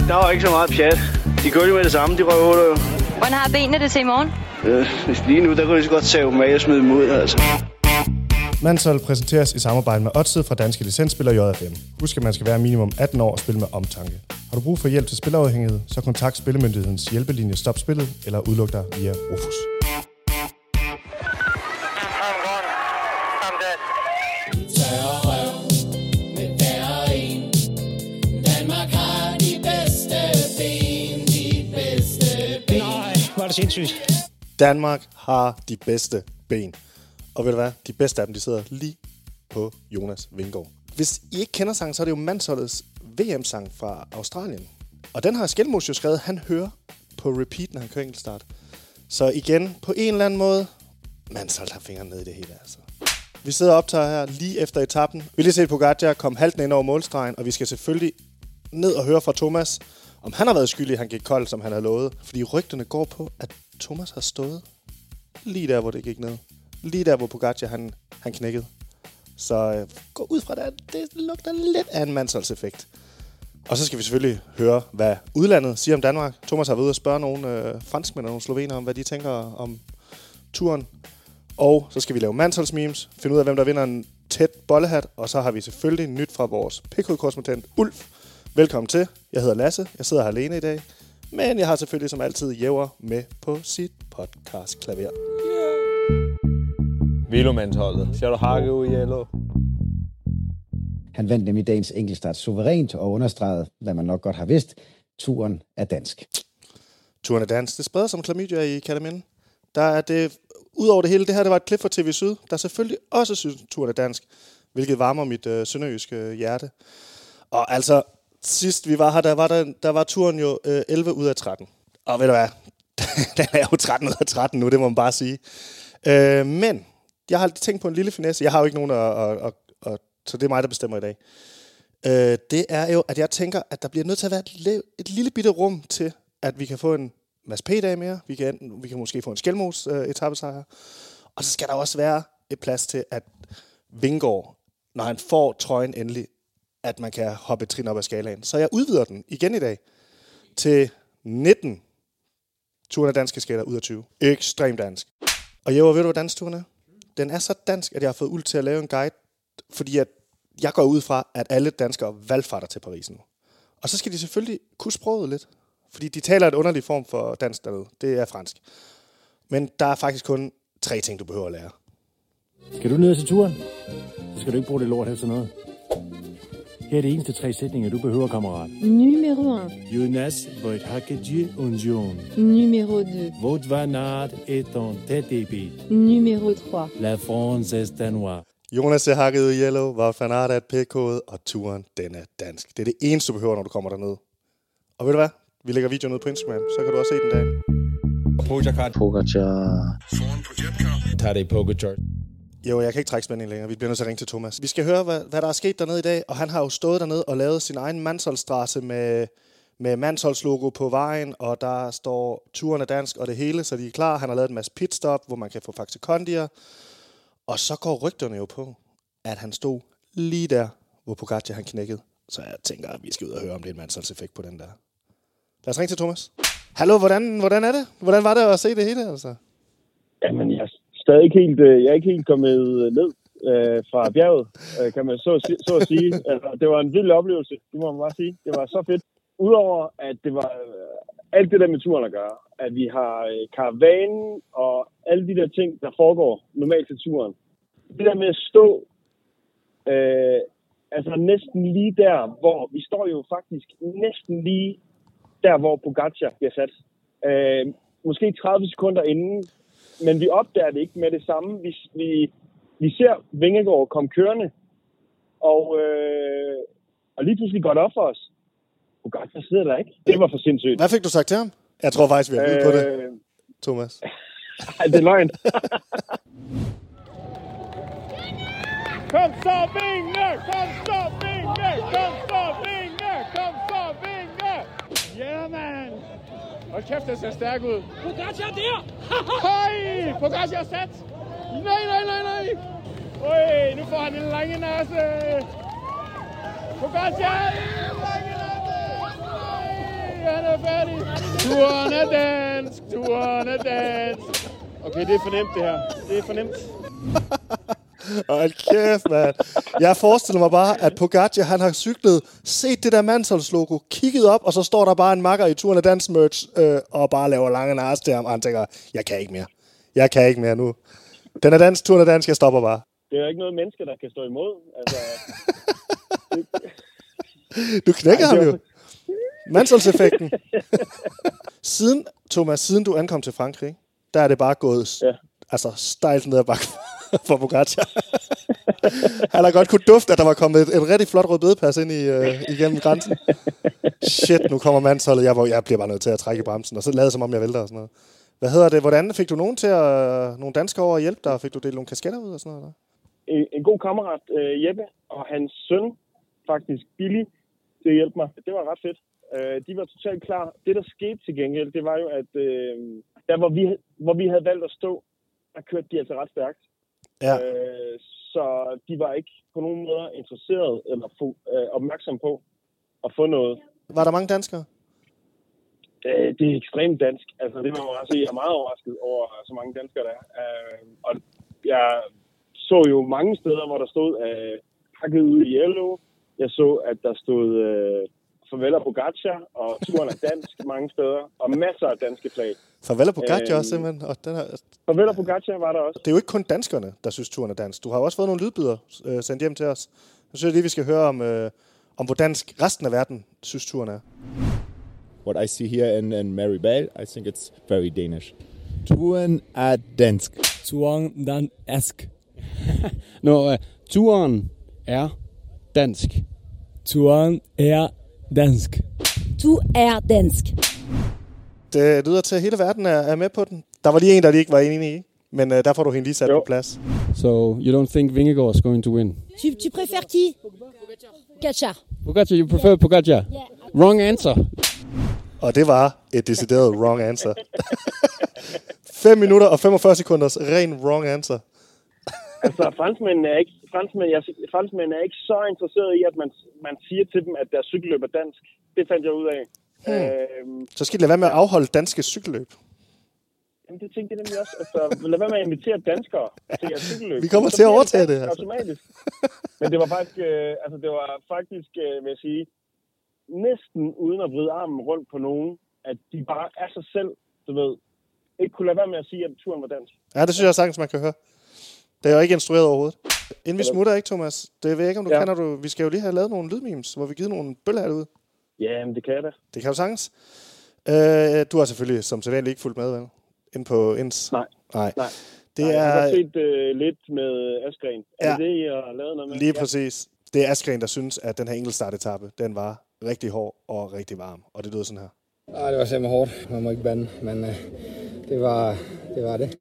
Der var ikke så meget pjat. De kører jo med det samme, de røvhuller jo. Hvordan har benene det til i morgen? Lige nu, der kunne de så godt tage dem af og smide dem ud, altså. Mandshold præsenteres i samarbejde med Odset fra Danske Licensspiller JFM. Husk, at man skal være minimum 18 år og spille med omtanke. Har du brug for hjælp til spilafhængighed, så kontakt Spillemyndighedens hjælpelinje Stop Spillet eller udluk dig via Rufus. Sindssygt. Danmark har de bedste ben. Og ved du hvad? De bedste af dem, de sidder lige på Jonas Vingegaard. Hvis I ikke kender sangen, så er det jo Mandsholdets VM-sang fra Australien. Og den har Skelmos jo skrevet, han hører på repeat, når han kører enkeltstart. Så igen, på en eller anden måde, Mandshold har fingeren ned i det hele, altså. Vi sidder og optager her lige efter etappen. Vi lige set Pogacar komme halten ind over målstregen, og vi skal selvfølgelig ned og høre fra Thomas, om han har været skyldig, han gik kold, som han havde lovet. Fordi rygterne går på, at Thomas har stået lige der, hvor det gik ned. Lige der, hvor Pogacar han knækkede. Så gå ud fra det, det lugter lidt af en mandsholdseffekt. Og så skal vi selvfølgelig høre, hvad udlandet siger om Danmark. Thomas har været ude og spørge nogle franskmænd og nogle slovener om, hvad de tænker om turen. Og så skal vi lave mandsholdsmemes, finde ud af, hvem der vinder en tæt bollehat. Og så har vi selvfølgelig nyt fra vores pikhoved-korrespondent Ulf. Velkommen til. Jeg hedder Lasse. Jeg sidder her alene i dag. Men jeg har selvfølgelig som altid Jæver med på sit podcast-klaver. Velomandsholdet. Ser du hakke ud i yellow? Han vandt nemlig dagens enkeltstart suverænt og understregede, hvad man nok godt har vidst, turen er dansk. Turen er dansk. Det spreder som klamydia i Kataminde. Der er det, udover det hele, det her det var et klip fra TV Syd, der selvfølgelig også synes, turen er dansk, hvilket varmer mit sønderjyske hjerte. Og altså, sidst vi var her, der var turen jo 11 ud af 13. Og ved du hvad, den er jo 13 ud af 13 nu, det må man bare sige. Men jeg har tænkt på en lille finesse. Jeg har jo ikke nogen, så det er mig, der bestemmer i dag. Det er jo, at jeg tænker, at der bliver nødt til at være et lille bitte rum til, at vi kan få en Mads P-dag mere. Vi kan måske få en Skelmos etapesejr. Og så skal der også være et plads til, at Vingegaard, når han får trøjen endelig, at man kan hoppe et trin op ad skalaen. Så jeg udvider den igen i dag til 19 turen af danske skater ud af 20. Ekstremt dansk. Og Jæver, ved du, hvordan turen er? Den er så dansk, at jeg har fået Ulf til at lave en guide, fordi at jeg går ud fra, at alle danskere valgfarter til Paris nu. Og så skal de selvfølgelig kunne sproget lidt, fordi de taler et underlig form for dansk dernede. Det er fransk. Men der er faktisk kun 3 ting, du behøver at lære. Skal du ned til turen, så skal du ikke bruge det lort her sådan noget. Her er det eneste 3 sætninger, du behøver, kammerat. Numéro 1. Jonas wordt hakkedje union. Numéro 2. Votre vanart est en TTB. Numéro 3. La France est danois. Jonas er hakket ud i yellow, var fanart af et pikkode, og turen, den er dansk. Det er det eneste, du behøver, når du kommer derned. Og ved du hvad? Vi lægger videoen ud på Instagram, så kan du også se den dag. Pogacar. Tadej Pogacar. Jo, jeg kan ikke trække spænding længere. Vi bliver nødt til at ringe til Thomas. Vi skal høre, hvad der er sket dernede i dag. Og han har jo stået dernede og lavet sin egen mandsholdsstrasse med mandsholdslogo på vejen. Og der står turen er dansk og det hele, så de er klar. Han har lavet en masse pitstop, hvor man kan få Faxe Kondier. Og så går rygterne jo på, at han stod lige der, hvor Pogacar han knækkede. Så jeg tænker, at vi skal ud og høre, om det er en mandsholdseffekt på den der. Lad os ringe til Thomas. Hallo, hvordan er det? Hvordan var det at se det hele, altså? Jamen, jeg er ikke helt kommet ned fra bjerget, kan man så at sige. Altså, det var en vild oplevelse, det må man bare sige. Det var så fedt. Udover at det var alt det der med turen at gøre, at vi har karavanen og alle de der ting, der foregår normalt til turen. Det der med at stå altså næsten lige der, hvor vi står jo faktisk næsten lige der, hvor Pogacar bliver sat. Måske 30 sekunder inden, men vi opdager det ikke med det samme. Vi ser Vingegaard komme kørende, og lige pludselig går det op for os. Pogacar sidder der ikke. Det var for sindssygt. Hvad fik du sagt til ham? Jeg tror faktisk, vi har lyttet på det, Thomas. Det er løgn. Kom så, Vinge! Kom så, Vinge! Kom så, Vinge! Kom så, Vinge! Ja, mand! Hold kæft, det ser stærk ud. Pogacar der! Hej! Pogacar sat! Nej! Øj, nu får han en lange næse! Pogacar! Lange næse! han er færdig. Turen er dansk, turen er dansk. Okay, det er for nemt det her. Det er for nemt. Hold kæft, mand. Jeg forestiller mig bare, at Pogacar, han har cyklet, set det der mandsholdslogo, kigget op, og så står der bare en makker i Turen af Dans merch, og bare laver lange nars til ham, og han tænker, jeg kan ikke mere. Jeg kan ikke mere nu. Den er dansk, Turen af Dans, jeg stopper bare. Det er jo ikke noget menneske, der kan stå imod. Altså, Du knækker ham jo. Mandsholdseffekten. Siden du ankom til Frankrig, der er det bare gået stejlt ned ad bakken for Pogacar. Han har godt kunne dufte, at der var kommet et rigtig flot rødbedepas ind igennem grænsen. Shit, nu kommer mandsholdet. Jeg bliver bare nødt til at trække i bremsen, og så lavede som om jeg vælter og sådan noget. Hvad hedder det? Hvordan fik du nogle danskere over at hjælpe dig? Fik du delt nogle kasketter ud og sådan noget? En god kammerat, Jeppe, og hans søn, faktisk Billy, til at hjælpe mig. Det var ret fedt. De var totalt klar. Det, der skete til gengæld, det var jo, at der hvor vi havde valgt at stå, der kørte de altså ret stærkt. Ja. Så de var ikke på nogen måde interesseret eller opmærksom på at få noget. Var der mange danskere? Det er ekstremt dansk. Altså, det var altså, jeg er meget overrasket over så mange danskere, der er. Og jeg så jo mange steder, hvor der stod pakket ud i yellow. Jeg så, at der stod Farvel og Pogacar, og turen er dansk mange steder, og masser af danske flag. Farvel og Pogacar også simpelthen. Og Farvel og Pogacar var der også. Det er jo ikke kun danskerne, der synes, turen er dansk. Du har jo også fået nogle lydbyder sendt hjem til os. Så synes jeg lige, vi skal høre om hvor dansk resten af verden synes, turen er. What I see here in Mary Bale, I think it's very Danish. Turen er dansk. Turen dansk. Turen er dansk. Turen er dansk. Du er dansk. Det lyder til, at hele verden er med på den. Der var lige en, der ikke var enig i, men der får du hende lige sat på plads. So you don't think Vingegaard is going to win? Tu préfères qui? Pogacar. Pogacar, you prefer Pogacar? Yeah. Wrong answer. Og det var et decideret wrong answer. 5 minutter og 45 sekunders ren wrong answer. Altså, franskmændene er ikke så interesserede i, at man siger til dem, at deres cykelløb er dansk. Det fandt jeg ud af. Så skal I lade være med at afholde danske cykelløb. Jamen, det tænkte jeg nemlig også. Altså, lad være med at invitere danskere til jeres cykelløb. Vi kommer til at overtage det. Altså. Automatisk. Men det var faktisk, vil jeg sige, næsten uden at vride armen rundt på nogen, at de bare er sig selv, du ved, ikke kunne lade være med at sige, at turen var dansk. Ja, det synes jeg sagtens, man kan høre. Det er jo ikke instrueret overhovedet. Inden vi smutter, ikke, Thomas? Det ved jeg ikke, om du kender. Vi skal jo lige have lavet nogle lydmemes, hvor vi givet nogle bøller ud. Ja, men det kan jeg da. Det kan du sagtens. Du har selvfølgelig som sædvanligt ikke fulgt med, vel? Ind på Ins. Nej. Jeg har set lidt med Askren. Er det, I har lavet noget med? Lige præcis. Det er Askren, der synes, at den her enkeltstart-etape, den var rigtig hård og rigtig varm. Og det lød sådan her. Det var simpelthen hårdt. Man må ikke bande, men det var det.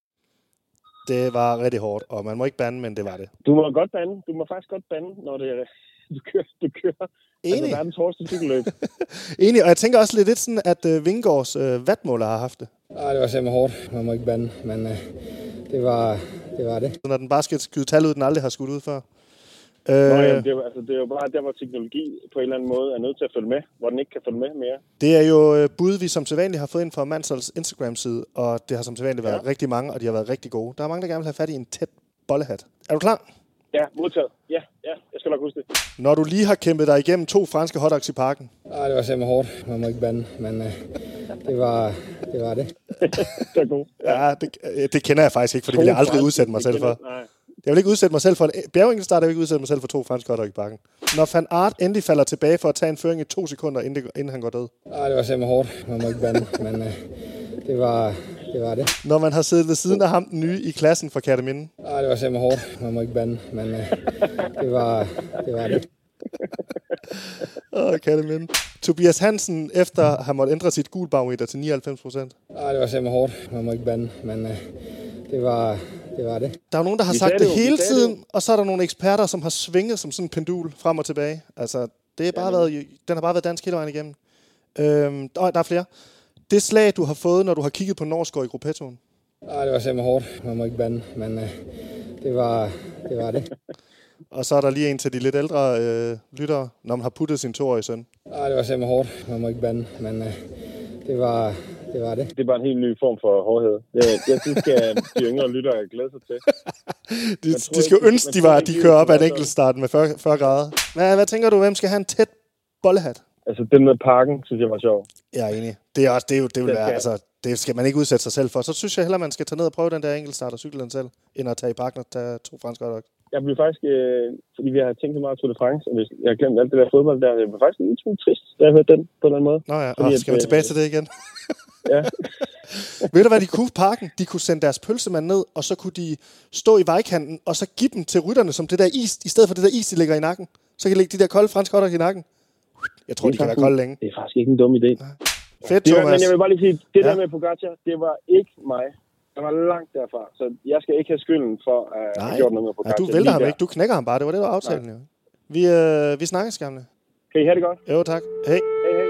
Det var rigtig hårdt, og man må ikke bande, men det var det. Du må godt bande. Du må faktisk godt bande, når du kører. Enig. Altså verdens hårdeste cykelløb. Enig, og jeg tænker også lidt sådan, at Vingegaards wattmåler har haft det. Det var simpelthen hårdt. Man må ikke bande, men det var det. Så når den bare skal skyde tal ud, den aldrig har skudt ud før. Jamen, det er jo bare der, hvor teknologi på en eller anden måde er nødt til at følge med, hvor den ikke kan følge med mere. Det er jo bud, vi som sædvanligt har fået ind fra Mansholds Instagram-side, og det har som sædvanligt været rigtig mange, og de har været rigtig gode. Der er mange, der gerne vil have fat i en tæt bollehat. Er du klar? Ja, modtaget. Ja, jeg skal nok huske det. Når du lige har kæmpet dig igennem 2 franske hotdogs i parken. Det var simpelthen hårdt. Man må ikke bande, men det var det. Det er godt. Ja, det kender jeg faktisk ikke, for det vil jeg aldrig udsætte mig selv for. Nej. Jeg vil ikke udsætte mig selv for en bjergenkelstart, jeg vil ikke udsætte mig selv for 2 franske hotdogs i parken. Når Van Aert endelig falder tilbage for at tage en føring i 2 sekunder, inden han går død. Det var simpelthen hårdt. Man må ikke bande, men det var det. Når man har siddet ved siden af ham den nye i klassen for Kerteminde. Det var simpelthen hårdt. Man må ikke bande, men det var det. Kerteminde. Tobias Hansen, efter han måtte ændre sit gulbarometer til 99%. Det var simpelthen hårdt. Man må ikke bande, men det var det. Der er nogen, der har sagt det hele tiden, og så er der nogle eksperter, som har svinget som sådan en pendul frem og tilbage. Altså, det er bare den har bare været dansk hele vejen igennem. Der er flere. Det slag, du har fået, når du har kigget på Norsgaard i gruppettoen. Det var simpelthen hårdt. Man må ikke bande, men det var det. Og så er der lige en til de lidt ældre lyttere, når man har puttet sin 2-årige søn. Det var simpelthen hårdt. Man må ikke bande, men det var det. Det er bare en helt ny form for hårdhed. Jeg synes, at de yngre lyttere glæder sig til. de skal jo ønske, de kører op ad en enkeltstart med 40 grader. Hvad tænker du, hvem skal have en tæt bollehat? Altså, den med parken, synes jeg var sjov. Jeg er enig. Det vil være, altså, det skal man ikke udsætte sig selv for. Så synes jeg hellere, man skal tage ned og prøve den der enkeltstart og cykle den selv, end at tage i parken og tage 2 franske hotdogs. Jeg blev faktisk, fordi vi har tænkt så meget Tour de France, og jeg har glemt alt det der fodbold der. Jeg blev faktisk en lille smule trist, da jeg hørte den på en eller anden måde. Nå ja, skal vi tilbage til det igen? Ja. Ved du hvad de kunne parken? De kunne sende deres pølsemand ned, og så kunne de stå i vejkanten, og så give dem til rytterne som det der is, i stedet for det der is, de ligger i nakken. Så kan de lægge de der kolde franske hotdogs i nakken. Jeg tror, de kan være kolde længe. Det er faktisk ikke en dum idé. Nej. Fedt, Thomas. Men jeg vil bare lige sige, det der med Pogacar, det var ikke mig. Jeg var langt derfra, så jeg skal ikke have skylden for at have gjort noget med Pogacar. Ja, du vælter ham ikke, du knækker ham bare. Det var det, der var aftalen. Jo. Vi snakkes, gamle. Kan I have det godt? Jo, tak. Hej. Hej.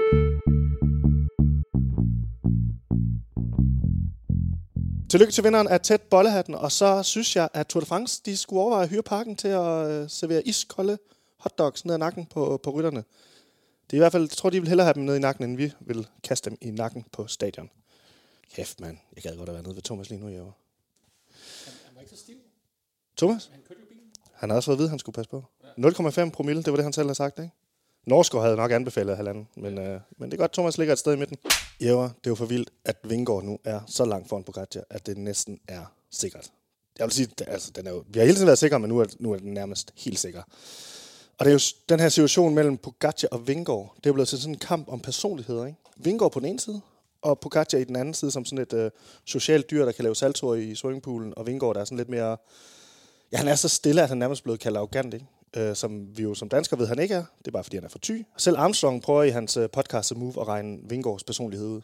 Tillykke til vinderen af tæt bollehatten, og så synes jeg, at Tour de France, de skulle overveje at hyre parken til at servere iskolde hotdogs ned ad nakken på rytterne. Det er i hvert fald, jeg tror, de vil hellere have dem ned i nakken, end vi vil kaste dem i nakken på stadion. Kæft, mand. Jeg gad godt at være nede ved Thomas lige nu i år. Han var ikke så stiv. Thomas? Han kørte jo bilen. Han har også fået at vide, at han skulle passe på. 0,5 promille, det var det, han selv har sagt, ikke? Norskov havde nok anbefalet halvanden, men det er godt, Thomas ligger et sted i midten. Jæver, det er jo for vildt, at Vingegaard nu er så langt foran Pogacar, at det næsten er sikkert. Jeg vil sige, altså, vi har hele tiden været sikre, men nu er den nærmest helt sikker. Og det er jo den her situation mellem Pogacar og Vingegaard, det er blevet til sådan en kamp om personligheder, ikke? Vingegaard på den ene side, og Pogacar i den anden side, som sådan et socialt dyr, der kan lave saltoer i swimmingpoolen, og Vingegaard, der er sådan lidt mere... Ja, han er så stille, at han nærmest blevet kaldt arrogant, ikke? Som vi jo som danskere ved, han ikke er. Det er bare, fordi han er for ty. Selv Armstrong prøver i hans podcast Move at regne Vingegaards personlighed ud.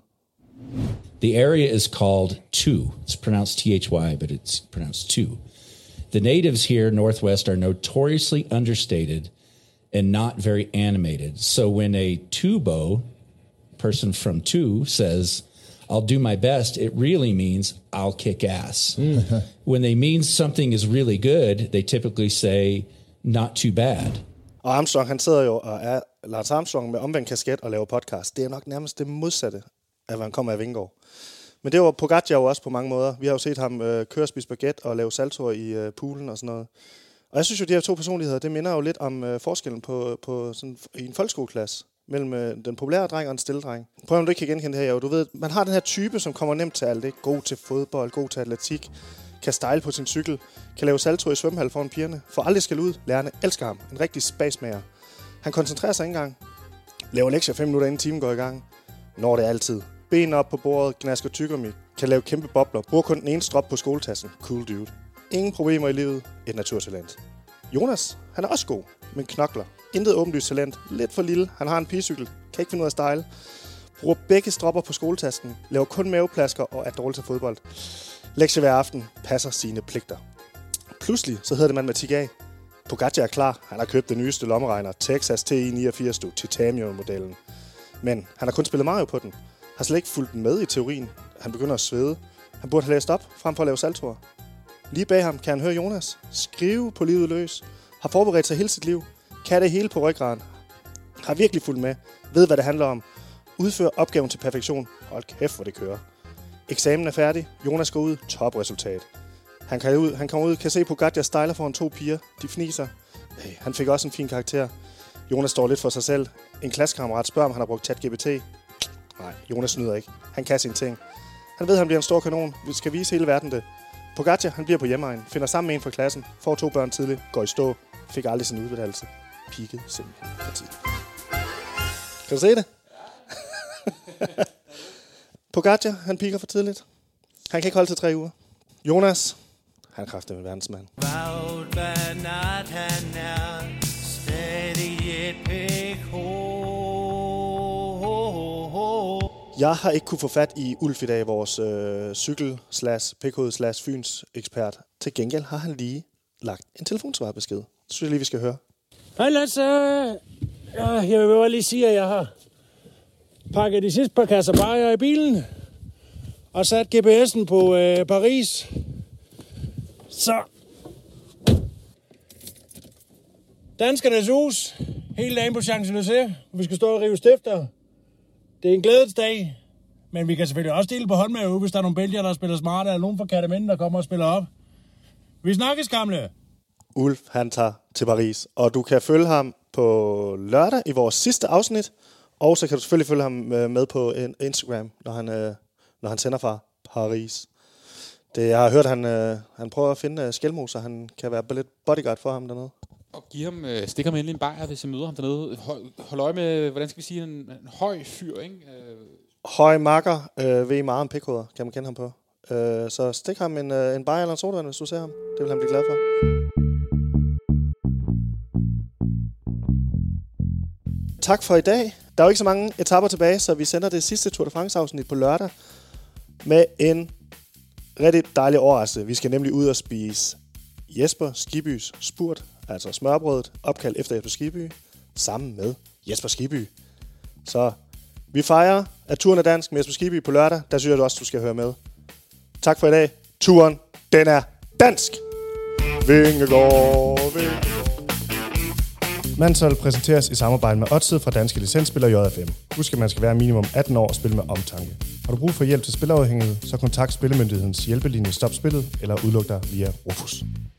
The area is called Two. It's pronounced T-H-Y, but it's pronounced Two. The natives here, Northwest, are notoriously understated and not very animated. So when a Tubo, person from Two, says, I'll do my best, it really means I'll kick ass. When they mean something is really good, they typically say, not too bad. Og Armstrong, han sidder jo og er Lars Armstrong med omvendt kasket og laver podcast. Det er nok nærmest det modsatte, af hvad han kommer af Vingegaard. Men det var Pogacar jo også på mange måder. Vi har jo set ham køre og spise baguette og lave saltoer i poolen og sådan noget. Og jeg synes jo, de her to personligheder, det minder jo lidt om forskellen på sådan, i en folkeskoleklasse mellem den populære dreng og en stille dreng. Prøv om du ikke kan genkende det her. Jo. Du ved, man har den her type, som kommer nemt til alt. Ikke? God til fodbold, god til atletik, kan style på sin cykel, kan lave salto i svømmehal foran pigerne, får aldrig skal ud, lærerne elsker ham. En rigtig spasmager. Han koncentrerer sig ikke engang. Laver lektier 5 minutter inden timen går i gang. Når det altid. Ben op på bordet, gnasker tyggegummi, kan lave kæmpe bobler, bruger kun den ene strop på skoletassen. Cool dude. Ingen problemer i livet. Et naturtalent. Jonas, han er også god, men knokler. Intet åbenlyst talent. Lidt for lille. Han har en pigecykel. Kan ikke finde ud af style. Bruger begge stropper på skoletasken. Laver kun maveplasker og er dårlig til fodbold. Lektie hver aften. Passer sine pligter. Pludselig så hedder det matematik A. Pogacar er klar. Han har købt den nyeste lommeregner. Texas TI-89 Titanium-modellen. Men han har kun spillet Mario på den. Har slet ikke fulgt med i teorien. Han begynder at svede. Han burde have læst op, frem for at lave saltoer. Lige bag ham kan han høre Jonas skrive på livet løs. Har forberedt sig hele sit liv. Kan det hele på ryggraden. Har virkelig fulgt med. Ved, hvad det handler om. Udfører opgaven til perfektion. Hold kæft, hvor det kører. Eksamen er færdig. Jonas går ud. Topresultat. Han kommer ud, kan se Pogacar styler foran 2 piger. De fniser. Han fik også en fin karakter. Jonas står lidt for sig selv. En klassekammerat spørger, om han har brugt ChatGPT. Nej, Jonas snyder ikke. Han kan sine ting. Han ved, han bliver en stor kanon. Vi skal vise hele verden det. Pogacar, han bliver på hjemmeegn. Finder sammen med en fra klassen. Får 2 børn tidligt. Går i stå. Fik aldrig sin udbedelse. Peaked simpelthen for tidligt. Kan du se det? Pogacar, han piker for tidligt. Han kan ikke holde til 3 uger. Jonas, han er kraftig med verdensmand. Wout van Aert, han er stadig et PK. Jeg har ikke kunne få fat i Ulf i dag, vores cykel/PK/Fyns ekspert. Til gengæld har han lige lagt en telefonsvarbesked. Det synes jeg lige, vi skal høre. Hej Lasse. Jeg vil bare lige sige, at jeg har pakket de sidste par kasser bajer i bilen og sat GPS'en på Paris. Så. Danskernes hus. Hele dagen på Champs-Élysées. Vi skal stå og rive stifter. Det er en glædens dag. Men vi kan selvfølgelig også dele på hånd med Uwe, hvis der er nogle belgier, der spiller smart, eller nogen fra Kataminde, der kommer og spiller op. Vi snakkes, gamle! Ulf, han tager til Paris, og du kan følge ham på lørdag i vores sidste afsnit, og så kan du selvfølgelig følge ham med på Instagram, når han sender fra Paris. Jeg har hørt, han prøver at finde Skelmo, så han kan være lidt bodyguard for ham dernede. Og stik ham endelig en bajer, hvis jeg møder ham dernede. Hold øje med, hvordan skal vi sige, en høj fyr, ikke? Høj makker, ved meget om pikhoveder, kan man kende ham på. Så stik ham en bajer eller en sodavand, hvis du ser ham. Det vil han blive glad for. Tak for i dag. Der er jo ikke så mange etaper tilbage, så vi sender det sidste Tour de France-afsnit på lørdag med en rigtig dejlig overraskelse. Vi skal nemlig ud og spise Jesper Skibys spurt, altså smørbrødet, opkaldt efter Jesper Skiby, sammen med Jesper Skiby. Så vi fejrer, at turen er dansk med Jesper Skiby på lørdag. Der synes jeg også, du skal høre med. Tak for i dag. Turen, den er dansk! Vingegaard. Mansol præsenteres i samarbejde med Odset fra Danske Licensspiller JFM. Husk, at man skal være minimum 18 år og spille med omtanke. Har du brug for hjælp til spilafhængighed, så kontakt Spillemyndighedens hjælpelinje Stop Spillet eller udluk dig via Rufus.